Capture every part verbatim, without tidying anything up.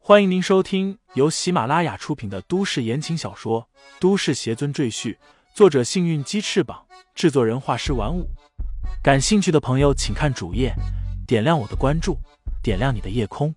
欢迎您收听由喜马拉雅出品的都市言情小说《都市邪尊赘婿》，作者幸运鸡翅膀，制作人画师玩五。感兴趣的朋友请看主页，点亮我的关注，点亮你的夜空。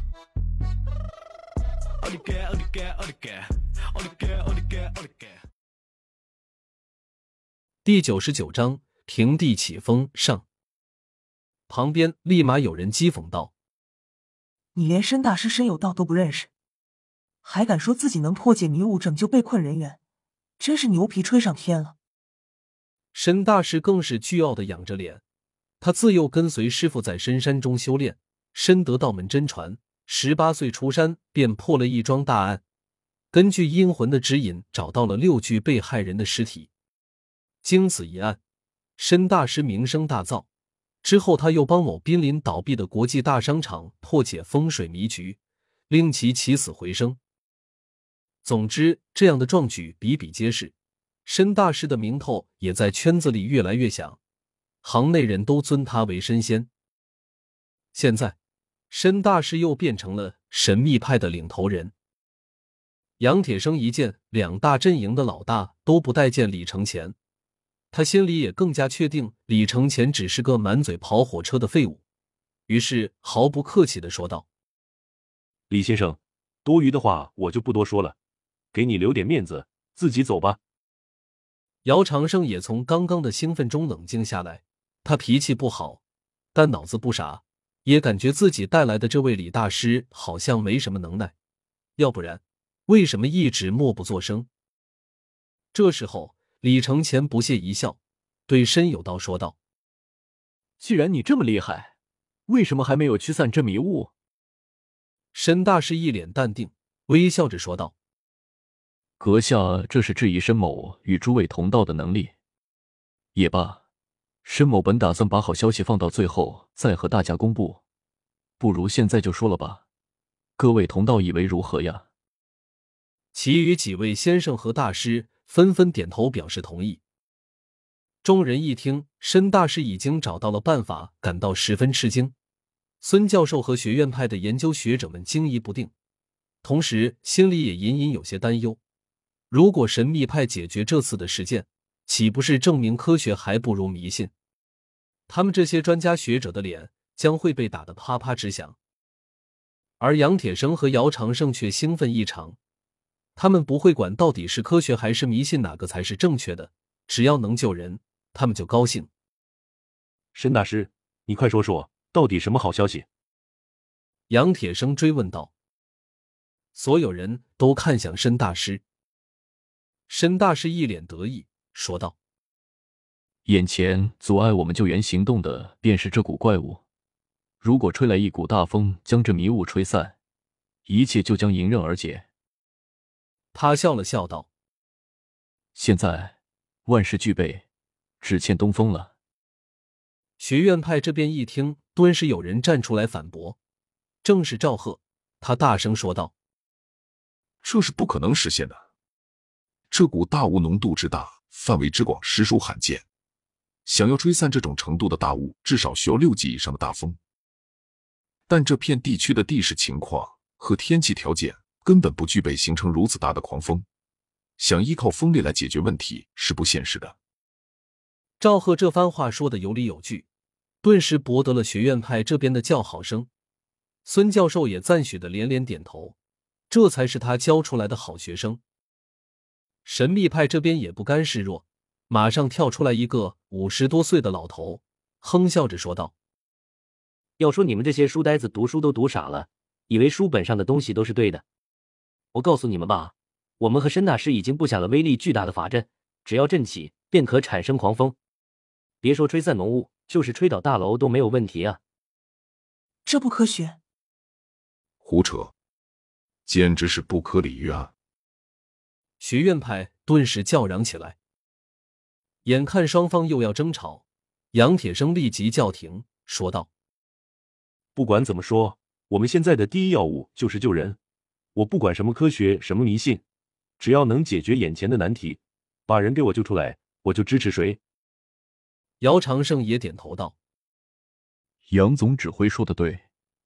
第九十九章平地起风上。旁边立马有人讥讽道： 你连申大师申有道都不认识，还敢说自己能破解迷雾拯救被困人员，真是牛皮吹上天了。 申大师更是倨傲地仰着脸，他自幼跟随师父在深山中修炼，深得道门真传，十八岁出山便破了一桩大案，根据阴魂的指引找到了六具被害人的尸体。经此一案，申大师名声大噪，之后他又帮某濒临倒闭的国际大商场破解风水迷局，令其起死回生。总之，这样的壮举比比皆是，申大师的名头也在圈子里越来越响，行内人都尊他为申仙。现在，申大师又变成了神秘派的领头人。杨铁生一见两大阵营的老大都不待见李承前，他心里也更加确定李承前只是个满嘴跑火车的废物，于是毫不客气地说道： 李先生，多余的话我就不多说了，给你留点面子，自己走吧。 姚长胜也从刚刚的兴奋中冷静下来，他脾气不好，但脑子不傻，也感觉自己带来的这位李大师好像没什么能耐，要不然为什么一直默不作声？这时候李承前不屑一笑，对申有道说道： 既然你这么厉害，为什么还没有驱散这迷雾？ 申大师一脸淡定，微笑着说道： 阁下这是质疑申某与诸位同道的能力。也罢，申某本打算把好消息放到最后再和大家公布，不如现在就说了吧，各位同道以为如何呀？ 其余几位先生和大师纷纷点头表示同意。众人一听申大师已经找到了办法，感到十分吃惊。孙教授和学院派的研究学者们惊疑不定，同时心里也隐隐有些担忧。如果神秘派解决这次的事件，岂不是证明科学还不如迷信？他们这些专家学者的脸将会被打得啪啪直响。而杨铁生和姚长胜却兴奋异常，他们不会管到底是科学还是迷信哪个才是正确的，只要能救人，他们就高兴。 申大师，你快说说，到底什么好消息？ 杨铁生追问道。所有人都看向申大师。申大师一脸得意，说道： 眼前阻碍我们救援行动的便是这股怪物，如果吹来一股大风将这迷雾吹散，一切就将迎刃而解。 他笑了笑道： 现在万事俱备，只欠东风了。 学院派这边一听，顿时有人站出来反驳，正是赵贺，他大声说道： 这是不可能实现的，这股大雾浓度之大，范围之广，实属罕见，想要吹散这种程度的大雾，至少需要六级以上的大风。但这片地区的地势情况和天气条件根本不具备形成如此大的狂风，想依靠风力来解决问题是不现实的。 赵贺这番话说得有理有据，顿时博得了学院派这边的叫好声。孙教授也赞许的连连点头，这才是他教出来的好学生。神秘派这边也不甘示弱，马上跳出来一个五十多岁的老头，哼笑着说道： 要说你们这些书呆子读书都读傻了，以为书本上的东西都是对的。我告诉你们吧，我们和申大师已经布下了威力巨大的法阵，只要阵起便可产生狂风，别说吹散浓雾，就是吹倒大楼都没有问题啊。 这不科学。 胡扯，简直是不可理喻啊。 学院派顿时叫嚷起来。眼看双方又要争吵，杨铁生立即叫停，说道： 不管怎么说，我们现在的第一要务就是救人，我不管什么科学什么迷信，只要能解决眼前的难题，把人给我救出来，我就支持谁。 姚长胜也点头道： 杨总指挥说的对，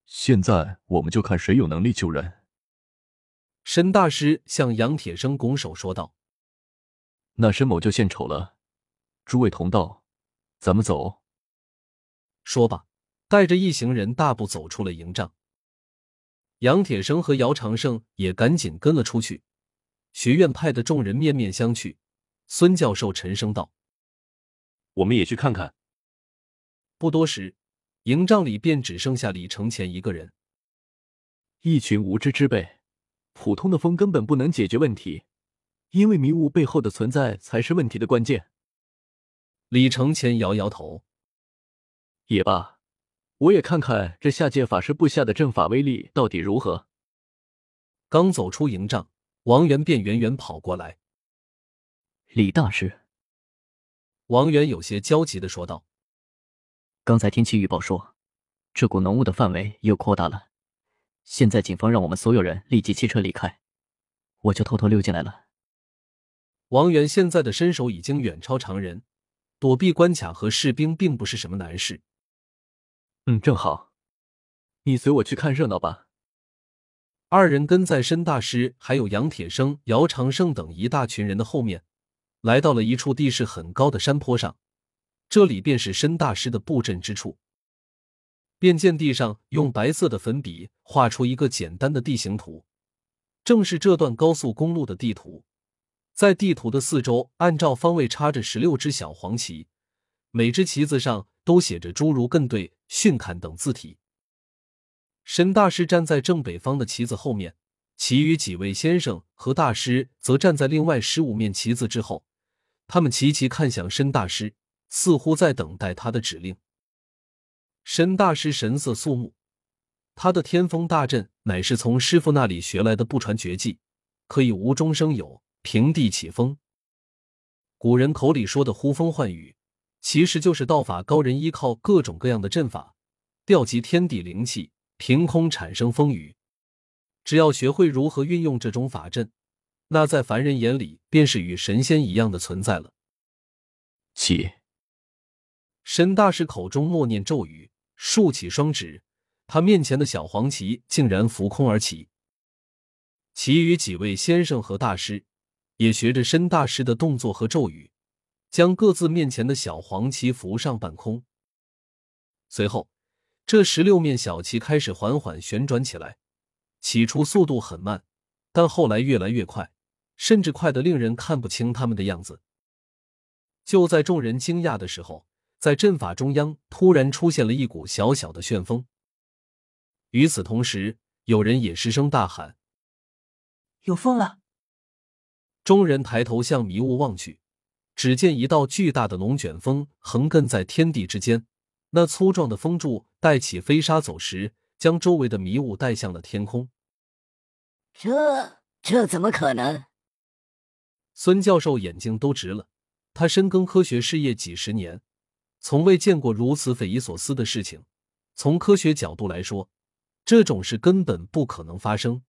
现在我们就看谁有能力救人。 申大师向杨铁生拱手说道。 那申某就献丑了，诸位同道，咱们走。 说罢，带着一行人大步走出了营帐。杨铁生和姚长胜也赶紧跟了出去。学院派的众人面面相觑，孙教授沉声道： 我们也去看看。 不多时，营帐里便只剩下李承前一个人。 一群无知之辈，普通的风根本不能解决问题，因为迷雾背后的存在才是问题的关键。 李承前摇摇头。 也罢，我也看看这下界法师布下的阵法威力到底如何。 刚走出营帐，王源便远远跑过来。 李大师， 王源有些焦急地说道： 刚才天气预报说，这股浓雾的范围又扩大了。现在警方让我们所有人立即弃车离开，我就偷偷溜进来了。 王源现在的身手已经远超常人，躲避关卡和士兵并不是什么难事。 嗯，正好，你随我去看热闹吧。 二人跟在申大师还有杨铁生、姚长胜等一大群人的后面，来到了一处地势很高的山坡上，这里便是申大师的布阵之处。便见地上用白色的粉笔画出一个简单的地形图，正是这段高速公路的地图。在地图的四周按照方位插着十六只小黄旗，每只旗子上都写着诸如艮队、训坎等字体。申大师站在正北方的旗子后面，其余几位先生和大师则站在另外十五面旗子之后，他们齐齐看向申大师，似乎在等待他的指令。申大师神色肃穆，他的天风大阵乃是从师傅那里学来的不传绝技，可以无中生有，平地起风。古人口里说的呼风唤雨，其实就是道法高人依靠各种各样的阵法，调集天地灵气，凭空产生风雨。只要学会如何运用这种法阵，那在凡人眼里便是与神仙一样的存在了。 起！ 申大师口中默念咒语，竖起双指，他面前的小黄旗竟然浮空而起。其余几位先生和大师也学着申大师的动作和咒语，将各自面前的小黄旗浮上半空。随后，这十六面小旗开始缓缓旋转起来，起初速度很慢，但后来越来越快，甚至快得令人看不清他们的样子。就在众人惊讶的时候，在阵法中央突然出现了一股小小的旋风。与此同时，有人也失声大喊： 有风了！ 众人抬头向迷雾望去，只见一道巨大的龙卷风横亘在天地之间，那粗壮的风柱带起飞沙走石，将周围的迷雾带向了天空。 这这怎么可能？ 孙教授眼睛都直了，他深耕科学事业几十年，从未见过如此匪夷所思的事情。从科学角度来说，这种事根本不可能发生。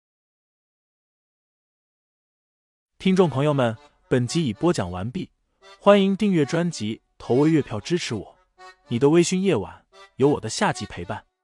听众朋友们，本集已播讲完毕，欢迎订阅专辑，投喂月票支持我。你的微醺夜晚，有我的下集陪伴。